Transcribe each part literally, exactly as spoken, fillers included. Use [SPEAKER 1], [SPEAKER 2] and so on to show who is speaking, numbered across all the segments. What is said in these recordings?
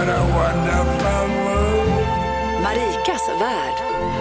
[SPEAKER 1] What a wonderful world.
[SPEAKER 2] Marikas värld.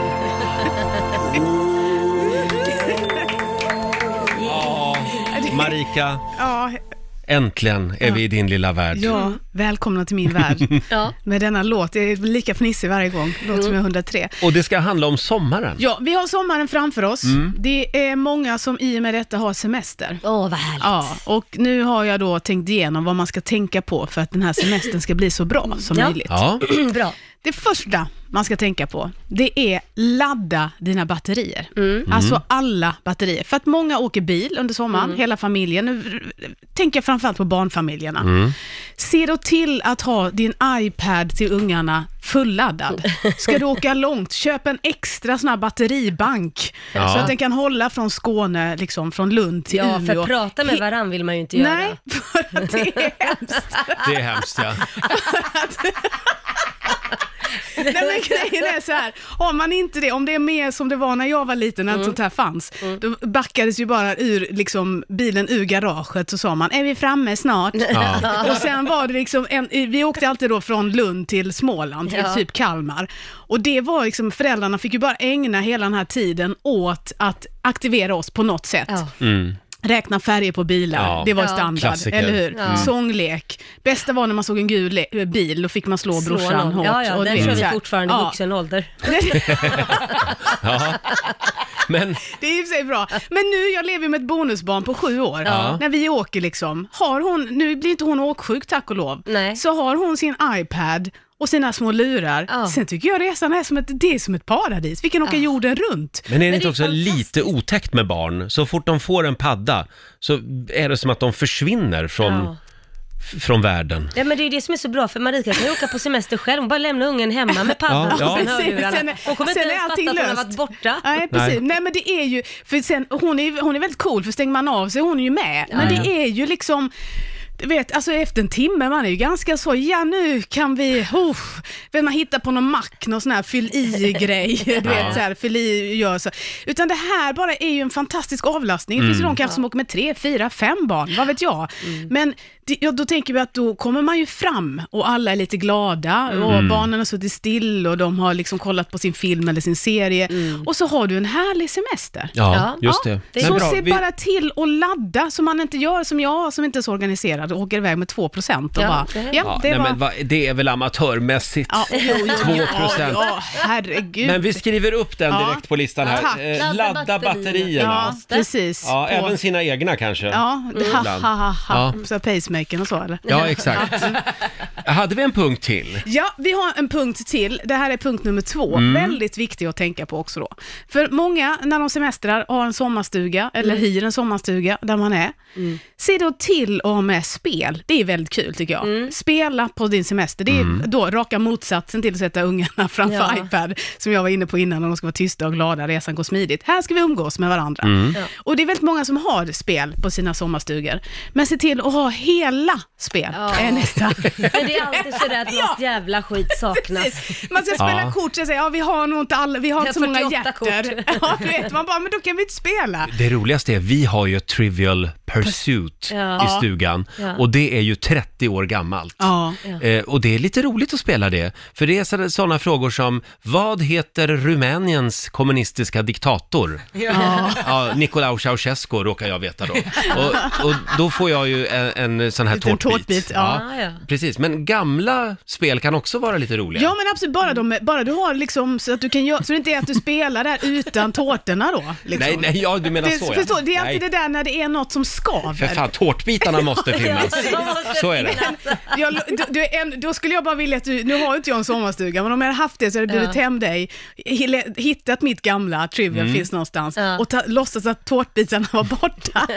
[SPEAKER 3] Ja, Marika.
[SPEAKER 4] Ja.
[SPEAKER 3] Äntligen är
[SPEAKER 4] Ja.
[SPEAKER 3] vi i din lilla värld.
[SPEAKER 4] Ja, välkomna till min värld.
[SPEAKER 5] Ja.
[SPEAKER 4] Med denna låt, jag är lika fnissig varje gång. Låt som jag är hundratre.
[SPEAKER 3] Och det ska handla om sommaren.
[SPEAKER 4] Ja, vi har sommaren framför oss.
[SPEAKER 3] Mm.
[SPEAKER 4] Det är många som i och med detta har semester.
[SPEAKER 5] Åh, vad härligt.
[SPEAKER 4] Ja, och nu har jag då tänkt igenom vad man ska tänka på för att den här semestern ska bli så bra som
[SPEAKER 5] Ja.
[SPEAKER 4] möjligt.
[SPEAKER 3] Ja,
[SPEAKER 5] Bra.
[SPEAKER 4] Det första man ska tänka på, det är ladda dina batterier.
[SPEAKER 5] Mm.
[SPEAKER 4] Alltså alla batterier. För att många åker bil under sommaren,
[SPEAKER 5] Mm.
[SPEAKER 4] hela familjen. Nu tänker jag framförallt på barnfamiljerna.
[SPEAKER 3] Mm.
[SPEAKER 4] Se då till att ha din iPad till ungarna fulladdad. Ska du åka långt, köp en extra sån här batteribank.
[SPEAKER 3] Ja.
[SPEAKER 4] Så att den kan hålla från Skåne, liksom från Lund till
[SPEAKER 5] Ja,
[SPEAKER 4] Umeå.
[SPEAKER 5] för prata med varann vill man ju inte göra.
[SPEAKER 4] Nej, för att det är hemskt.
[SPEAKER 3] det är hemskt, ja.
[SPEAKER 4] Nej, men grejen är så här, har man inte det, om det är mer som det var när jag var liten, när mm. sånt här fanns, mm. då backades ju bara ur liksom, bilen ur garaget, så sa man, är vi framme snart?
[SPEAKER 3] Ja.
[SPEAKER 4] Och sen var det liksom, en, vi åkte alltid då från Lund till Småland, till
[SPEAKER 5] Ja.
[SPEAKER 4] typ Kalmar. Och det var liksom, föräldrarna fick ju bara ägna hela den här tiden åt att aktivera oss på något sätt.
[SPEAKER 5] Ja.
[SPEAKER 3] Mm.
[SPEAKER 4] Räkna färger på bilar,
[SPEAKER 3] Ja.
[SPEAKER 4] det var
[SPEAKER 5] Ja.
[SPEAKER 4] standard,
[SPEAKER 3] Klassiker.
[SPEAKER 4] eller hur?
[SPEAKER 5] Ja.
[SPEAKER 4] Sånglek. Bästa var när man såg en gul le- bil, då fick man slå,
[SPEAKER 5] Slå
[SPEAKER 4] brorsan
[SPEAKER 5] någon.
[SPEAKER 4] hårt.
[SPEAKER 5] Ja, ja,
[SPEAKER 4] och
[SPEAKER 5] den
[SPEAKER 4] du
[SPEAKER 5] kör
[SPEAKER 4] vet, så
[SPEAKER 5] vi
[SPEAKER 4] här.
[SPEAKER 5] fortfarande i
[SPEAKER 4] Ja.
[SPEAKER 5] vuxen ålder.
[SPEAKER 3] Ja. Men
[SPEAKER 4] Det är ju sig bra. Men nu, jag lever ju med ett bonusbarn på sju år.
[SPEAKER 3] Ja.
[SPEAKER 4] När vi åker liksom, har hon, nu blir inte hon åksjuk tack och lov,
[SPEAKER 5] Nej.
[SPEAKER 4] så har hon sin iPad och sina små lurar.
[SPEAKER 5] Ja.
[SPEAKER 4] Sen tycker jag resan är som ett, det är som ett paradis. Vi kan åka
[SPEAKER 5] Ja.
[SPEAKER 4] jorden runt.
[SPEAKER 3] Men är det
[SPEAKER 5] det
[SPEAKER 3] inte
[SPEAKER 5] är
[SPEAKER 3] också
[SPEAKER 5] fantastiskt.
[SPEAKER 3] lite otäckt med barn? Så fort de får en padda så är det som att de försvinner från,
[SPEAKER 5] Ja.
[SPEAKER 3] f- från världen.
[SPEAKER 5] Ja, men det är ju det som är så bra, för Marika kan ju åka på semester själv och bara lämna ungen hemma med paddan
[SPEAKER 3] Ja, ja.
[SPEAKER 5] och sen
[SPEAKER 4] Precis,
[SPEAKER 5] hörlurarna.
[SPEAKER 4] sen är-
[SPEAKER 5] Hon kommer
[SPEAKER 4] sen
[SPEAKER 5] inte
[SPEAKER 4] är
[SPEAKER 5] ens
[SPEAKER 4] allting
[SPEAKER 5] fatta att hon har
[SPEAKER 4] löst.
[SPEAKER 5] varit borta.
[SPEAKER 4] Nej, precis.
[SPEAKER 3] Nej.
[SPEAKER 4] Nej. men det är ju, för sen, hon är, hon är väldigt cool, för stänger man av sig, hon är ju med. Men
[SPEAKER 5] Ja.
[SPEAKER 4] det är ju liksom, du vet, alltså efter en timme, man är ju ganska så, ja nu kan vi, uff, vill man hitta på någon mack, någon sån här fyll i-grej, du vet så här, fyll i gör så. Utan det här bara är ju en fantastisk avlastning. Det finns ju de kanske som åker med tre, fyra, fem barn, vad vet jag. Men det, ja, då tänker vi att då kommer man ju fram och alla är lite glada och barnen har suttit still och de har liksom kollat på sin film eller sin serie. Och så har du en härlig semester.
[SPEAKER 3] Ja,
[SPEAKER 5] Ja.
[SPEAKER 3] just
[SPEAKER 5] Ja,
[SPEAKER 3] det.
[SPEAKER 5] det är
[SPEAKER 4] Så
[SPEAKER 3] Men bra,
[SPEAKER 4] se
[SPEAKER 3] vi-
[SPEAKER 4] bara till att ladda så man inte gör som jag som inte är så organiserad och åker iväg med två procent och
[SPEAKER 5] Ja,
[SPEAKER 4] bara,
[SPEAKER 5] det-
[SPEAKER 4] ja,
[SPEAKER 3] Ja,
[SPEAKER 4] det
[SPEAKER 3] nej,
[SPEAKER 4] var...
[SPEAKER 3] men va, det är väl amatörmässigt.
[SPEAKER 4] Ja, jo, jo,
[SPEAKER 3] två
[SPEAKER 4] jo,
[SPEAKER 3] procent.
[SPEAKER 4] Ja, herregud.
[SPEAKER 3] Men vi skriver upp den
[SPEAKER 4] Ja.
[SPEAKER 3] direkt på listan här.
[SPEAKER 4] Tack.
[SPEAKER 3] Eh,
[SPEAKER 5] Ladda
[SPEAKER 3] Ladda
[SPEAKER 5] batterierna.
[SPEAKER 3] batterierna.
[SPEAKER 4] Ja, precis.
[SPEAKER 3] Ja,
[SPEAKER 4] På-
[SPEAKER 3] även sina egna kanske.
[SPEAKER 4] Ja, det, ha,
[SPEAKER 3] Ibland.
[SPEAKER 4] ha, ha, ha.
[SPEAKER 3] Ja.
[SPEAKER 4] Så pacemakern och så, eller?
[SPEAKER 3] Ja, exakt. Hade vi en punkt till?
[SPEAKER 4] Ja, vi har en punkt till. Det här är punkt nummer två.
[SPEAKER 3] Mm.
[SPEAKER 4] Väldigt viktig att tänka på också då. För många, när de semestrar, har en sommarstuga eller
[SPEAKER 5] Mm.
[SPEAKER 4] hyr en sommarstuga där man är. Se då till att ha med spel. Det är väldigt kul tycker jag.
[SPEAKER 5] Mm.
[SPEAKER 4] Spela på din semester. Det är
[SPEAKER 3] Mm.
[SPEAKER 4] då raka motsatsen till att sätta ungarna framför
[SPEAKER 5] Ja.
[SPEAKER 4] iPad, som jag var inne på innan, när de ska vara tysta och glada, resan går smidigt. Här ska vi umgås med varandra.
[SPEAKER 3] Mm.
[SPEAKER 5] Ja.
[SPEAKER 4] Och det är väldigt många som har spel på sina sommarstugor. Men se till att ha hela spel.
[SPEAKER 5] Ja.
[SPEAKER 4] Är nästa.
[SPEAKER 5] Men det är alltid sådär att något jävla skit saknas.
[SPEAKER 4] Precis. Man ska spela
[SPEAKER 3] Ja.
[SPEAKER 4] kort och säga, ja vi har nog inte alla, vi har inte så många
[SPEAKER 5] fyrtioåtta
[SPEAKER 4] hjärtor.
[SPEAKER 5] kort.
[SPEAKER 4] Ja, du vet, man bara, men då kan vi inte spela.
[SPEAKER 3] Det roligaste är, vi har ju ett Trivial Pursuit
[SPEAKER 5] Ja.
[SPEAKER 3] i stugan.
[SPEAKER 5] Ja.
[SPEAKER 3] Och det är ju trettio år gammalt.
[SPEAKER 4] Ja.
[SPEAKER 3] Eh, och det är lite roligt att spela det. För det är sådana frågor som, vad heter Rumäniens kommunistiska diktator?
[SPEAKER 4] Ja.
[SPEAKER 3] Ja, Nicolae Ceausescu råkar jag veta då. Och, och då får jag ju en, en sån här
[SPEAKER 4] Liten
[SPEAKER 3] tårtbit.
[SPEAKER 4] tårtbit, ja.
[SPEAKER 5] Ja, ja.
[SPEAKER 3] Precis, men gamla spel kan också vara lite roliga.
[SPEAKER 4] Ja, men absolut, bara, de, bara du har liksom, så att du kan göra, så det inte är att du spelar där utan tårtorna då. Liksom.
[SPEAKER 3] Nej, nej, ja, du menar
[SPEAKER 4] Det,
[SPEAKER 3] så, ja.
[SPEAKER 4] förstår, det är alltid
[SPEAKER 3] Nej.
[SPEAKER 4] det där när det är något som skaver.
[SPEAKER 3] För fan, tårtbitarna måste finnas.
[SPEAKER 5] Ja, de måste
[SPEAKER 3] Så är det.
[SPEAKER 5] finnas.
[SPEAKER 4] Jag, du, du är en, då skulle jag bara vilja att du, nu har inte jag en sommarstuga, men om jag hade haft det så hade jag burit
[SPEAKER 5] Ja.
[SPEAKER 4] hem dig, hille- hittat mitt gamla Trivial
[SPEAKER 3] Mm.
[SPEAKER 4] finns någonstans
[SPEAKER 5] Ja.
[SPEAKER 4] och ta, låtsas att tårtbitarna var borta.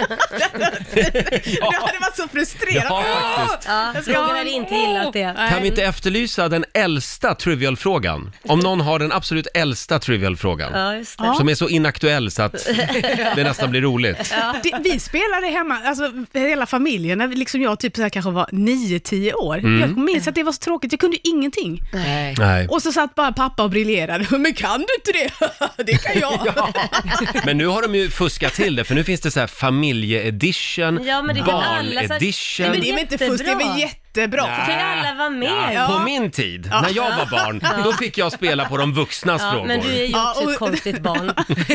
[SPEAKER 4] Det hade varit så frustrerande.
[SPEAKER 3] Ja, faktiskt.
[SPEAKER 5] Ja,
[SPEAKER 4] Jag ska ha
[SPEAKER 5] Roger
[SPEAKER 4] en-
[SPEAKER 5] hade inte gillat det.
[SPEAKER 4] Nej.
[SPEAKER 3] Kan vi inte efterlysa den äldsta Trivial-frågan? Om någon har den absolut äldsta Trivial-frågan.
[SPEAKER 5] Ja, just det.
[SPEAKER 4] Ja.
[SPEAKER 3] Som är så inaktuell så att det nästan blir roligt.
[SPEAKER 4] Det, vi spelade hemma, alltså hela familjen, när vi- liksom jag typ så här kanske var nio tio år.
[SPEAKER 3] Mm.
[SPEAKER 4] Jag minns att det var så tråkigt, jag kunde ju ingenting.
[SPEAKER 5] Nej.
[SPEAKER 3] Nej.
[SPEAKER 4] Och så satt bara pappa och briljerade. Men kan du inte det? Det kan jag.
[SPEAKER 3] Men nu har de ju fuskat till det, för nu finns det så här familjeedition,
[SPEAKER 5] Ja, men det kan alla, så här-
[SPEAKER 3] barnedition.
[SPEAKER 4] Men det är väl inte fusk, det är väl
[SPEAKER 5] Jättebra.
[SPEAKER 4] jätte jättebra.
[SPEAKER 3] Nej.
[SPEAKER 5] Kan ju alla vara med?
[SPEAKER 3] Ja, på min tid, när jag var barn, då fick jag spela på de vuxnas
[SPEAKER 5] Ja,
[SPEAKER 3] frågor.
[SPEAKER 5] men du är ju
[SPEAKER 4] Ja,
[SPEAKER 5] också
[SPEAKER 4] och-
[SPEAKER 5] ett konstigt barn.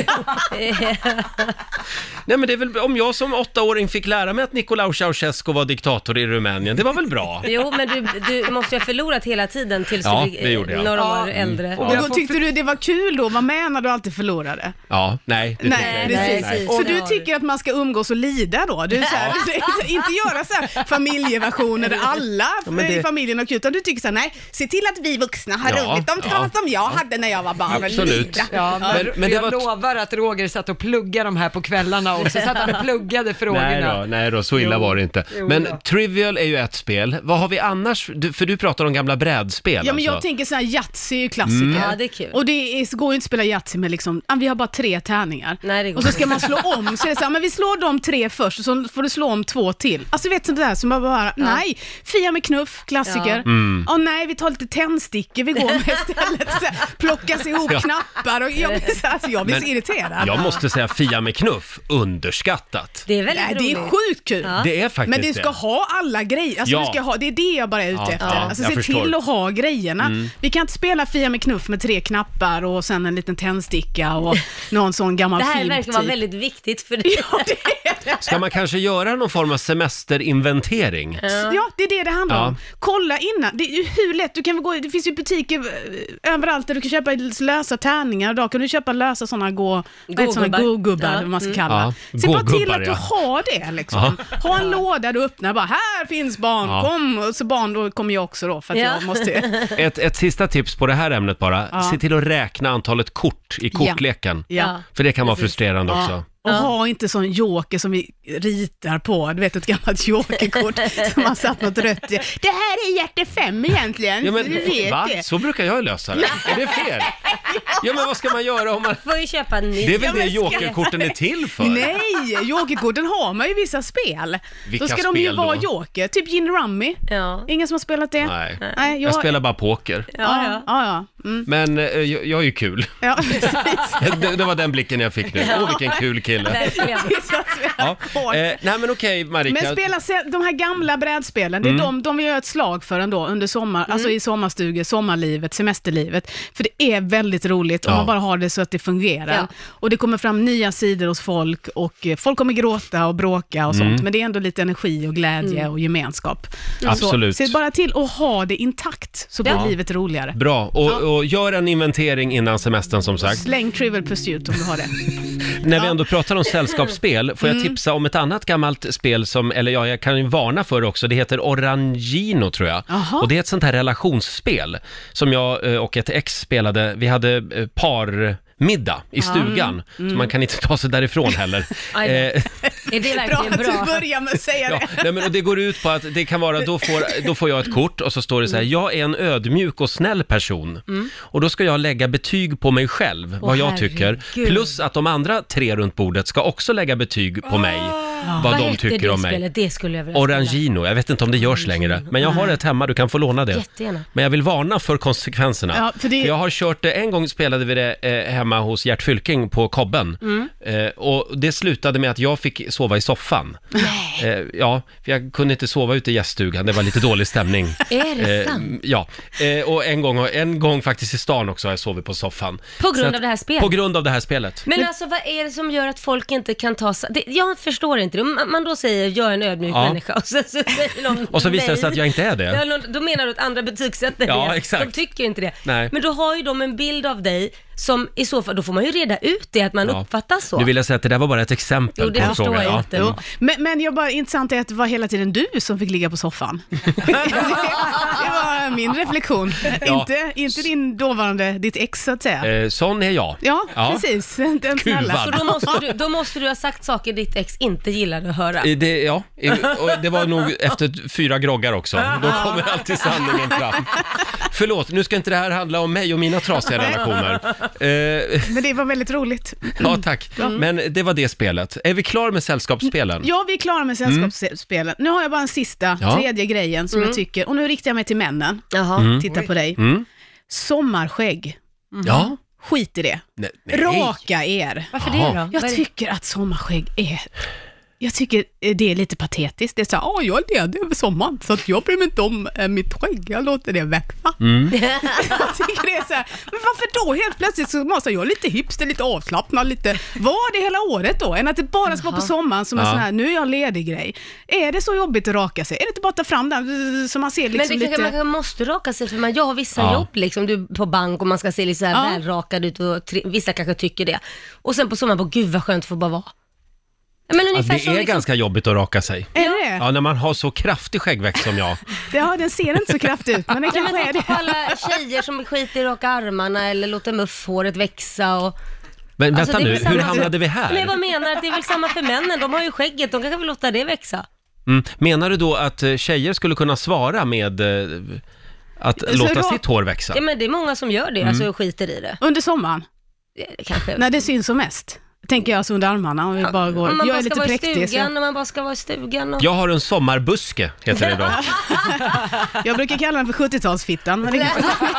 [SPEAKER 3] Nej, men det är väl om jag som åttaåring fick lära mig att Nicolae Ceausescu var diktator i Rumänien, det var väl bra?
[SPEAKER 5] Jo, men du, du måste ju ha förlorat hela tiden tills
[SPEAKER 3] Ja,
[SPEAKER 5] du blir
[SPEAKER 3] det gjorde jag.
[SPEAKER 5] några
[SPEAKER 4] Ja.
[SPEAKER 5] år äldre.
[SPEAKER 4] Och då tyckte du det var kul då? Vad med när du alltid förlorade?
[SPEAKER 3] Ja, nej, det
[SPEAKER 4] Nej,
[SPEAKER 3] tycker jag
[SPEAKER 5] nej,
[SPEAKER 3] inte.
[SPEAKER 5] precis.
[SPEAKER 4] Så
[SPEAKER 5] Och-
[SPEAKER 4] du tycker att man ska umgås och lida då? Du, är så här, inte göra så här familjeversioner där alla
[SPEAKER 3] men det-
[SPEAKER 4] i familjen har kul, utan du tycker så här, nej, se till att vi vuxna har
[SPEAKER 3] Ja,
[SPEAKER 4] roligt. De tar
[SPEAKER 3] ja.
[SPEAKER 4] som jag hade när jag var barn. och
[SPEAKER 3] Absolut.
[SPEAKER 4] lida.
[SPEAKER 6] Ja, men,
[SPEAKER 3] Men- men det
[SPEAKER 6] jag
[SPEAKER 3] var t-
[SPEAKER 6] lovar att Roger satt och pluggade de här på kvällarna också, så att han pluggade frågorna.
[SPEAKER 3] Nej då, nej då, så illa
[SPEAKER 6] Jo.
[SPEAKER 3] var det inte.
[SPEAKER 6] Jo
[SPEAKER 3] Men
[SPEAKER 6] då.
[SPEAKER 3] Trivial är ju ett spel. Vad har vi annars? Du, för du pratar om gamla brädspel
[SPEAKER 4] Ja, men jag
[SPEAKER 3] alltså.
[SPEAKER 4] tänker så här, Yatzy är ju klassiker.
[SPEAKER 5] Ja, det är kul.
[SPEAKER 4] Och det är, går ju inte att spela Yatzy med liksom, ah, vi har bara tre tärningar.
[SPEAKER 5] Nej, det går
[SPEAKER 4] och så
[SPEAKER 5] inte.
[SPEAKER 4] ska man slå om, så är det så här, men vi slår de tre först och så får du slå om två till. Alltså vet sånt där som bara, bara nej, Fia med knuff, klassiker. Ja,
[SPEAKER 3] Mm.
[SPEAKER 4] nej, vi tar lite tändstickor vi går med istället. Så här, plockas ihop
[SPEAKER 3] Ja.
[SPEAKER 4] knappar och jag blir, så, alltså, jag blir så
[SPEAKER 3] Men
[SPEAKER 4] irriterad.
[SPEAKER 3] Jag måste säga Fia med knuff, underskattat.
[SPEAKER 5] Det är väldigt
[SPEAKER 4] Nej, det är
[SPEAKER 5] roligt.
[SPEAKER 4] sjukt kul.
[SPEAKER 5] Ja.
[SPEAKER 3] Det är faktiskt
[SPEAKER 4] Men du ska
[SPEAKER 3] det.
[SPEAKER 4] ha alla grejer, alltså
[SPEAKER 3] Ja.
[SPEAKER 4] du ska ha, det är det jag bara är ute
[SPEAKER 3] Ja,
[SPEAKER 4] efter.
[SPEAKER 3] ja,
[SPEAKER 4] alltså
[SPEAKER 3] jag
[SPEAKER 4] se
[SPEAKER 3] förstår.
[SPEAKER 4] till att ha grejerna. Vi kan inte spela Fia med knuff med tre knappar och sen en liten tändsticka och någon sån gammal
[SPEAKER 5] Det här
[SPEAKER 4] film
[SPEAKER 5] verkar vara
[SPEAKER 4] typ.
[SPEAKER 5] väldigt viktigt för dig.
[SPEAKER 4] Ja, det är det.
[SPEAKER 3] Ska man kanske göra någon form av semesterinventering?
[SPEAKER 4] Ja, det är det det handlar
[SPEAKER 3] Ja.
[SPEAKER 4] om. Kolla innan. Det är ju hur lätt, du kan väl gå, det finns ju butiker eh, överallt där du kan köpa lösa tärningar. Då kan du köpa lösa sådana gå, vad heter såna
[SPEAKER 5] Gå-gubbar.
[SPEAKER 4] gå-gubbar,
[SPEAKER 5] Ja.
[SPEAKER 4] vad man ska
[SPEAKER 5] Mm.
[SPEAKER 4] kalla.
[SPEAKER 3] Ja,
[SPEAKER 4] Se bara till
[SPEAKER 3] gå-gubbar,
[SPEAKER 4] att du
[SPEAKER 3] ja.
[SPEAKER 4] har det liksom. Ha en låda du öppnar bara, här finns barn,
[SPEAKER 3] Ja.
[SPEAKER 4] kom. Och så barn, då kommer jag också då, för att
[SPEAKER 5] Ja.
[SPEAKER 4] jag måste...
[SPEAKER 3] Ett, ett sista tips på det här ämnet bara.
[SPEAKER 4] Ja.
[SPEAKER 3] Se till att räkna antalet kort i kortleken.
[SPEAKER 4] Ja.
[SPEAKER 3] För det kan vara
[SPEAKER 5] Precis.
[SPEAKER 3] frustrerande också.
[SPEAKER 4] Ja. Och ha inte sån joker som vi ritar på, du vet ett gammalt jokerkort som har satt något rött i. Det här är hjärte fem egentligen,
[SPEAKER 3] Ja, men,
[SPEAKER 4] du vet
[SPEAKER 3] va?
[SPEAKER 4] det.
[SPEAKER 3] Så brukar jag lösa det. Är det fel? Ja, men vad ska man göra om man...
[SPEAKER 5] Får ju köpa en ny.
[SPEAKER 3] Det är väl
[SPEAKER 4] Ja,
[SPEAKER 3] det
[SPEAKER 4] men ska-
[SPEAKER 3] jokerkorten är till för?
[SPEAKER 4] Nej, jokerkorten har man ju i vissa spel.
[SPEAKER 3] Vilka
[SPEAKER 4] då ska de ju
[SPEAKER 3] spel
[SPEAKER 4] vara
[SPEAKER 3] då?
[SPEAKER 4] joker, typ Gin Rummy.
[SPEAKER 5] Ja.
[SPEAKER 4] Ingen som har spelat det?
[SPEAKER 3] Nej.
[SPEAKER 4] Nej,
[SPEAKER 3] Jag spelar bara poker.
[SPEAKER 5] Ja, ja.
[SPEAKER 4] ja, ja. Mm.
[SPEAKER 3] Men eh, jag, jag är ju kul.
[SPEAKER 4] Ja, precis.
[SPEAKER 3] Det, det var den blicken jag fick nu. Åh, vilken kul kille.
[SPEAKER 5] Verkligen.
[SPEAKER 3] Ja. Eh, nej, men okej, Marika.
[SPEAKER 4] Men spela se- de här gamla brädspelen, det är
[SPEAKER 3] Mm.
[SPEAKER 4] de, de vill göra ett slag för ändå under sommar, alltså i sommarstugor, sommarlivet, semesterlivet. För det är väldigt roligt om
[SPEAKER 3] Ja.
[SPEAKER 4] man bara har det så att det fungerar.
[SPEAKER 5] Ja.
[SPEAKER 4] Och det kommer fram nya sidor hos folk och eh, folk kommer gråta och bråka och
[SPEAKER 3] Mm.
[SPEAKER 4] sånt. Men det är ändå lite energi och glädje och gemenskap.
[SPEAKER 3] Absolut.
[SPEAKER 4] Så se bara till att ha det intakt så blir
[SPEAKER 5] Ja.
[SPEAKER 4] livet roligare.
[SPEAKER 3] Bra, och, och gör en inventering innan semestern som sagt.
[SPEAKER 4] Släng Trivial Pursuit om du har det.
[SPEAKER 3] När vi ändå pratar om sällskapsspel, får jag tipsa om ett annat gammalt spel som, eller ja, jag kan ju varna för det också. Det heter Orangino tror jag.
[SPEAKER 4] Jaha.
[SPEAKER 3] Och det är ett sånt här relationsspel som jag eh, och ett ex spelade. Vi hade eh, parmiddag i stugan, så man kan inte ta sig därifrån heller.
[SPEAKER 5] Aj då.
[SPEAKER 3] Eh,
[SPEAKER 5] Är det
[SPEAKER 4] Bra
[SPEAKER 5] verkligen
[SPEAKER 4] att
[SPEAKER 5] bra?
[SPEAKER 4] du börjar med att säga
[SPEAKER 3] Ja,
[SPEAKER 4] det.
[SPEAKER 3] nej, men, och det går ut på att det kan vara, då får, då får jag ett kort och så står det så här, jag är en ödmjuk och snäll person. Och då ska jag lägga betyg på mig själv, vad jag tycker.
[SPEAKER 5] herregud.
[SPEAKER 3] Plus att de andra tre runt bordet ska också lägga betyg på mig, vad
[SPEAKER 5] Vad
[SPEAKER 3] de
[SPEAKER 5] heter
[SPEAKER 3] tycker
[SPEAKER 5] det
[SPEAKER 3] om mig.
[SPEAKER 5] spelet? Det skulle jag vilja spela.
[SPEAKER 3] Orangino, jag vet inte om det görs längre, men jag har ett hemma, du kan få låna det.
[SPEAKER 5] Jättegärna.
[SPEAKER 3] Men jag vill varna för konsekvenserna.
[SPEAKER 4] Ja, för det-
[SPEAKER 3] För jag har kört det, en gång spelade vi det eh, hemma hos Gert Fylking på Kobben.
[SPEAKER 4] Mm.
[SPEAKER 3] Eh, och det slutade med att jag fick sova i soffan. Eh, ja, för jag kunde inte sova ute i gäststugan, det var lite dålig stämning.
[SPEAKER 5] Är det
[SPEAKER 3] Eh,
[SPEAKER 5] sant?
[SPEAKER 3] ja, eh, och en gång, en gång faktiskt i stan också har jag sovit på soffan.
[SPEAKER 5] På grund
[SPEAKER 3] Så att-
[SPEAKER 5] av det här spelet?
[SPEAKER 3] På grund av det här spelet.
[SPEAKER 5] Men alltså vad är det som gör att folk inte kan ta sig... Det, jag förstår inte det. Man, man då säger, jag är en ödmjuk
[SPEAKER 3] Ja.
[SPEAKER 5] människa och så, så säger någon
[SPEAKER 3] Och så visar det
[SPEAKER 5] nej.
[SPEAKER 3] sig att jag inte är det.
[SPEAKER 5] Ja, någon, då menar du att andra betygsätter
[SPEAKER 3] Ja,
[SPEAKER 5] det.
[SPEAKER 3] exakt.
[SPEAKER 5] De tycker inte det.
[SPEAKER 3] Nej.
[SPEAKER 5] Men då har ju de en bild av dig som i så fall, då får man ju reda ut det, att man
[SPEAKER 3] Ja.
[SPEAKER 5] uppfattas så.
[SPEAKER 3] Nu vill jag säga att det där var bara ett exempel
[SPEAKER 5] Jo, det
[SPEAKER 3] på en
[SPEAKER 5] förstår
[SPEAKER 3] fråga.
[SPEAKER 5] jag
[SPEAKER 3] Ja.
[SPEAKER 5] inte.
[SPEAKER 3] Mm.
[SPEAKER 4] Jo. Men, men jag bara intressant är att det var hela tiden du som fick ligga på soffan. det var min reflektion.
[SPEAKER 3] Ja.
[SPEAKER 4] Inte, inte din dåvarande, ditt ex så att säga.
[SPEAKER 3] Eh, sån är jag.
[SPEAKER 4] Ja,
[SPEAKER 3] Ja.
[SPEAKER 4] precis. Den
[SPEAKER 3] Kuvad.
[SPEAKER 4] snälla.
[SPEAKER 5] Så då måste, du, då måste du ha sagt saker ditt ex inte gillade att höra.
[SPEAKER 3] Eh, Det, ja, eh, och det var nog efter fyra groggar också. Då kommer alltid sanningen fram. Förlåt, nu ska inte det här handla om mig och mina trasiga relationer. Eh,
[SPEAKER 4] Men det var väldigt roligt.
[SPEAKER 3] ja, tack. Men det var det spelet. Är vi klar med sällskapsspelen?
[SPEAKER 4] Ja, vi är klara med sällskapsspelen. Nu har jag bara en sista,
[SPEAKER 3] Ja.
[SPEAKER 4] tredje grejen som jag tycker, och nu riktar jag mig till männen.
[SPEAKER 5] Jaha.
[SPEAKER 4] Titta på dig.
[SPEAKER 3] Mm.
[SPEAKER 4] Sommarskägg.
[SPEAKER 3] Ja?
[SPEAKER 4] Skit i det.
[SPEAKER 3] Nej. nej.
[SPEAKER 4] Raka er.
[SPEAKER 5] Varför
[SPEAKER 3] Jaha.
[SPEAKER 5] det då? Vad är
[SPEAKER 4] Jag
[SPEAKER 5] det?
[SPEAKER 4] tycker att sommarskägg är Jag tycker det är lite patetiskt. Det är så här, ja, jag är ledig över sommaren så att jag bryr mig inte om äh, mitt skägg. Jag låter det växa.
[SPEAKER 3] Mm.
[SPEAKER 4] Jag tycker det är så här, men varför då? Helt plötsligt så måste jag lite hipster, lite avslappnad, lite, var det hela året då? Än att det bara ska vara på sommaren som en
[SPEAKER 3] Ja.
[SPEAKER 4] sån här, nu är jag ledig grej. Är det så jobbigt att raka sig? Är det inte bara att ta fram den så man ser liksom
[SPEAKER 5] Men det
[SPEAKER 4] lite...
[SPEAKER 5] kanske man kanske måste raka sig, för man gör vissa
[SPEAKER 3] Ja.
[SPEAKER 5] jobb liksom, du på bank och man ska se lite så här
[SPEAKER 4] Ja.
[SPEAKER 5] välrakad ut och tre, vissa kanske tycker det. Och sen på sommaren, bara, gud vad skönt att få bara vara. Men
[SPEAKER 3] Ja,
[SPEAKER 5] ungefär
[SPEAKER 3] det
[SPEAKER 5] som
[SPEAKER 3] är
[SPEAKER 5] liksom,
[SPEAKER 3] ganska jobbigt att raka sig.
[SPEAKER 4] Är det?
[SPEAKER 3] Ja, när man har så kraftig skäggväxt som jag.
[SPEAKER 4] Ja, den ser inte så kraftig ut, men det
[SPEAKER 5] Nej,
[SPEAKER 4] kanske
[SPEAKER 5] men
[SPEAKER 4] är
[SPEAKER 5] tänk på
[SPEAKER 4] det.
[SPEAKER 5] alla tjejer som skiter i raka armarna eller låter muffhåret växa och...
[SPEAKER 3] Men
[SPEAKER 5] Alltså,
[SPEAKER 3] vänta
[SPEAKER 5] det är
[SPEAKER 3] nu,
[SPEAKER 5] väl
[SPEAKER 3] hur
[SPEAKER 5] samma-
[SPEAKER 3] hamnade vi
[SPEAKER 5] Men jag
[SPEAKER 3] här?
[SPEAKER 5] bara menar att det är väl samma för männen, de har ju skägget, de kanske vill låta det växa.
[SPEAKER 3] Mm. Menar du då att eh, tjejer skulle kunna svara med eh, att
[SPEAKER 4] Så
[SPEAKER 3] låta
[SPEAKER 4] rak-
[SPEAKER 3] sitt hår växa?
[SPEAKER 5] Ja, men det är många som gör det,
[SPEAKER 3] Mm.
[SPEAKER 5] alltså skiter i det.
[SPEAKER 4] Under sommaren,
[SPEAKER 5] det kanske...
[SPEAKER 4] när det syns som mest. Tänker jag alltså under armarna, om vi bara går.
[SPEAKER 5] Om man
[SPEAKER 4] Jag
[SPEAKER 5] bara
[SPEAKER 4] är
[SPEAKER 5] ska
[SPEAKER 4] lite
[SPEAKER 5] vara i
[SPEAKER 4] präktig. Så
[SPEAKER 5] stugan, om man bara ska vara i stugan och...
[SPEAKER 3] Jag har en sommarbuske, heter det då.
[SPEAKER 4] jag brukar kalla den för sjuttiotalsfittan, men det kan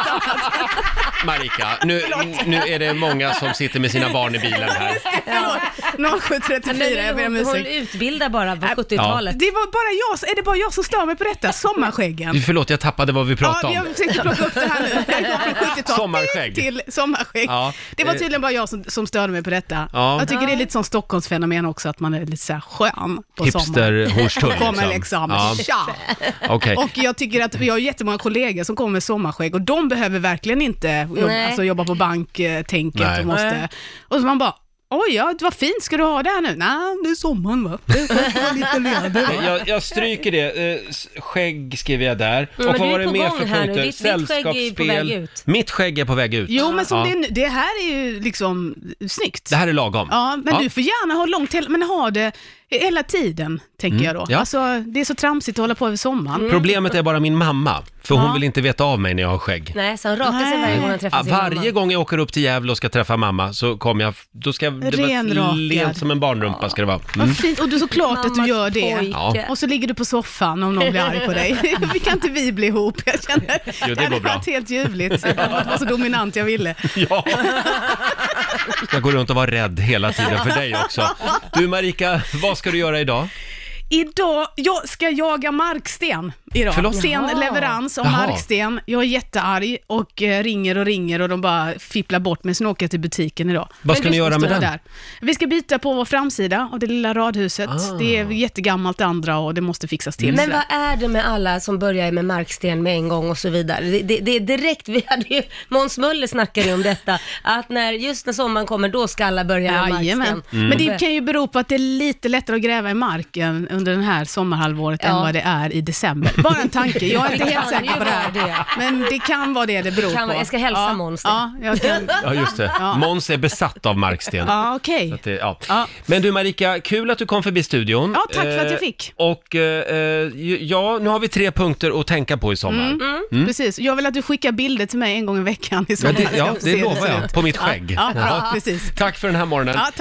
[SPEAKER 3] Marika, nu, nu är det många som sitter med sina barn i bilen här.
[SPEAKER 4] noll sju tre
[SPEAKER 5] Men
[SPEAKER 4] fyra, jag ber om
[SPEAKER 5] hon, hon
[SPEAKER 4] ursäkt.
[SPEAKER 5] utbildar bara på
[SPEAKER 4] Äh,
[SPEAKER 5] sjuttiotalet.
[SPEAKER 4] Det var bara jag, är det bara jag som stör mig på detta? Sommarskäggen.
[SPEAKER 3] Förlåt, jag tappade vad vi pratade
[SPEAKER 4] Ja,
[SPEAKER 3] om.
[SPEAKER 4] jag försökte plocka upp det här nu. Jag går från sjuttiotal
[SPEAKER 3] Sommarskägg.
[SPEAKER 4] till sommarskägg.
[SPEAKER 3] Ja.
[SPEAKER 4] Det var
[SPEAKER 3] Eh.
[SPEAKER 4] tydligen bara jag som, som störde mig på detta.
[SPEAKER 3] Ja.
[SPEAKER 4] Jag tycker det är lite som Stockholmsfenomen också, att man är lite så här skön på sommaren.
[SPEAKER 3] Hipster-Hornstull
[SPEAKER 4] Kommer
[SPEAKER 3] liksom.
[SPEAKER 4] liksom,
[SPEAKER 3] Ja.
[SPEAKER 4] tja.
[SPEAKER 3] Okej.
[SPEAKER 4] Och jag tycker att vi har jättemånga kollegor som kommer med sommarskägg och de behöver verkligen inte jobba,
[SPEAKER 5] Nej.
[SPEAKER 4] alltså, jobba på banktänket
[SPEAKER 3] Nej.
[SPEAKER 4] och måste... Och så man bara, oj, ja, vad fint, ska du ha det här nu? Nej, det är sommaren va? Det är lite ledig.
[SPEAKER 3] Jag, jag stryker det. Eh, s- Skägg skriver jag där.
[SPEAKER 5] men
[SPEAKER 3] Och
[SPEAKER 5] du
[SPEAKER 3] vad
[SPEAKER 5] är
[SPEAKER 3] var det
[SPEAKER 5] på
[SPEAKER 3] mer
[SPEAKER 5] gång
[SPEAKER 3] för
[SPEAKER 5] här nu.
[SPEAKER 3] punkter?
[SPEAKER 5] Ditt- ditt skägg är ju på väg ut.
[SPEAKER 3] Mitt skägg är på väg ut.
[SPEAKER 4] Jo, men som
[SPEAKER 3] Ja.
[SPEAKER 4] det, är nu- det här är ju liksom snyggt.
[SPEAKER 3] Det här är lagom.
[SPEAKER 4] Ja, men
[SPEAKER 3] Ja.
[SPEAKER 4] du får gärna ha långt, hela- men ha det hela tiden, tänker jag då.
[SPEAKER 3] Mm, ja.
[SPEAKER 4] Alltså, det är så tramsigt att hålla på över sommaren.
[SPEAKER 3] Problemet är bara min mamma, för hon
[SPEAKER 4] Ja.
[SPEAKER 3] vill inte veta av mig när jag har skägg.
[SPEAKER 5] Nej, så han rakar sig
[SPEAKER 4] Nej.
[SPEAKER 5] varje gång han
[SPEAKER 3] Ja,
[SPEAKER 5] träffar sin
[SPEAKER 3] varje
[SPEAKER 5] mamma.
[SPEAKER 3] gång jag åker upp till Gävle och ska träffa mamma så kommer jag, då ska det vara
[SPEAKER 4] Renrakad.
[SPEAKER 3] lent som en barnrumpa ska det vara. Mm.
[SPEAKER 4] Vad fint, och du är så klart att du
[SPEAKER 5] Mammas
[SPEAKER 4] gör det.
[SPEAKER 5] pojke.
[SPEAKER 3] Ja.
[SPEAKER 4] Och så ligger du på soffan om någon blir arg på dig. Vi kan inte vi bli ihop, jag känner.
[SPEAKER 3] Jo, det går
[SPEAKER 4] hade
[SPEAKER 3] bra.
[SPEAKER 4] varit helt ljuvligt. Jag var så dominant jag ville.
[SPEAKER 3] Ja. Jag går runt och vara rädd hela tiden för dig också. Du Marika, vad ska du göra idag?
[SPEAKER 4] Idag, jag ska jaga marksten idag.
[SPEAKER 3] Förlåt?
[SPEAKER 4] Sen
[SPEAKER 5] Jaha.
[SPEAKER 4] leverans av
[SPEAKER 3] Jaha.
[SPEAKER 4] marksten. Jag är jättearg och eh, ringer och ringer och de bara fipplar bort mig. Sen åker jag till butiken idag.
[SPEAKER 3] Vad ska
[SPEAKER 4] Men
[SPEAKER 3] ni
[SPEAKER 4] du
[SPEAKER 3] göra med
[SPEAKER 4] stå
[SPEAKER 3] den?
[SPEAKER 4] där. Vi ska byta på vår framsida av det lilla radhuset.
[SPEAKER 3] Ah.
[SPEAKER 4] Det är jättegammalt det andra och det måste fixas till.
[SPEAKER 5] Men
[SPEAKER 4] sådär.
[SPEAKER 5] vad är det med alla som börjar med marksten med en gång och så vidare? Det, det, det är direkt, vi hade ju, Måns Möller snackade ju om detta, att när, just när sommaren kommer, då ska alla börja med
[SPEAKER 4] Jajamän.
[SPEAKER 5] marksten.
[SPEAKER 3] Mm.
[SPEAKER 4] Men det kan ju bero på att det är lite lättare att gräva i marken under den här sommarhalvåret
[SPEAKER 5] Ja.
[SPEAKER 4] än vad det är i december. Bara en tanke, jag är inte
[SPEAKER 5] Det
[SPEAKER 4] helt
[SPEAKER 5] kan
[SPEAKER 4] säker
[SPEAKER 5] ju
[SPEAKER 4] på det här.
[SPEAKER 5] vara det.
[SPEAKER 4] Men det kan vara det det beror
[SPEAKER 5] Kan vara-
[SPEAKER 4] på.
[SPEAKER 5] jag ska hälsa
[SPEAKER 4] ja.
[SPEAKER 5] Måns det.
[SPEAKER 4] Ja, jag kan.
[SPEAKER 3] Ja, just det.
[SPEAKER 4] Ja.
[SPEAKER 3] Måns är besatt av marksten.
[SPEAKER 4] Ja, okej.
[SPEAKER 3] Så att det, ja.
[SPEAKER 4] Ja.
[SPEAKER 3] Men du Marika, kul att du kom förbi studion.
[SPEAKER 4] Ja, tack för att jag
[SPEAKER 3] Eh,
[SPEAKER 4] fick.
[SPEAKER 3] Och eh, ja, nu har vi tre punkter att tänka på i sommar. Mm.
[SPEAKER 4] Precis. Jag vill att du skickar bilder till mig en gång i veckan i
[SPEAKER 3] Ja,
[SPEAKER 4] sommar.
[SPEAKER 3] det,
[SPEAKER 4] så
[SPEAKER 3] ja,
[SPEAKER 4] jag får
[SPEAKER 3] det
[SPEAKER 4] se hur
[SPEAKER 3] lovar
[SPEAKER 4] ser
[SPEAKER 3] jag.
[SPEAKER 4] ut.
[SPEAKER 3] På mitt skägg.
[SPEAKER 4] Ja, bra,
[SPEAKER 3] Ja.
[SPEAKER 4] precis.
[SPEAKER 3] Tack för den här morgonen.
[SPEAKER 4] Ja,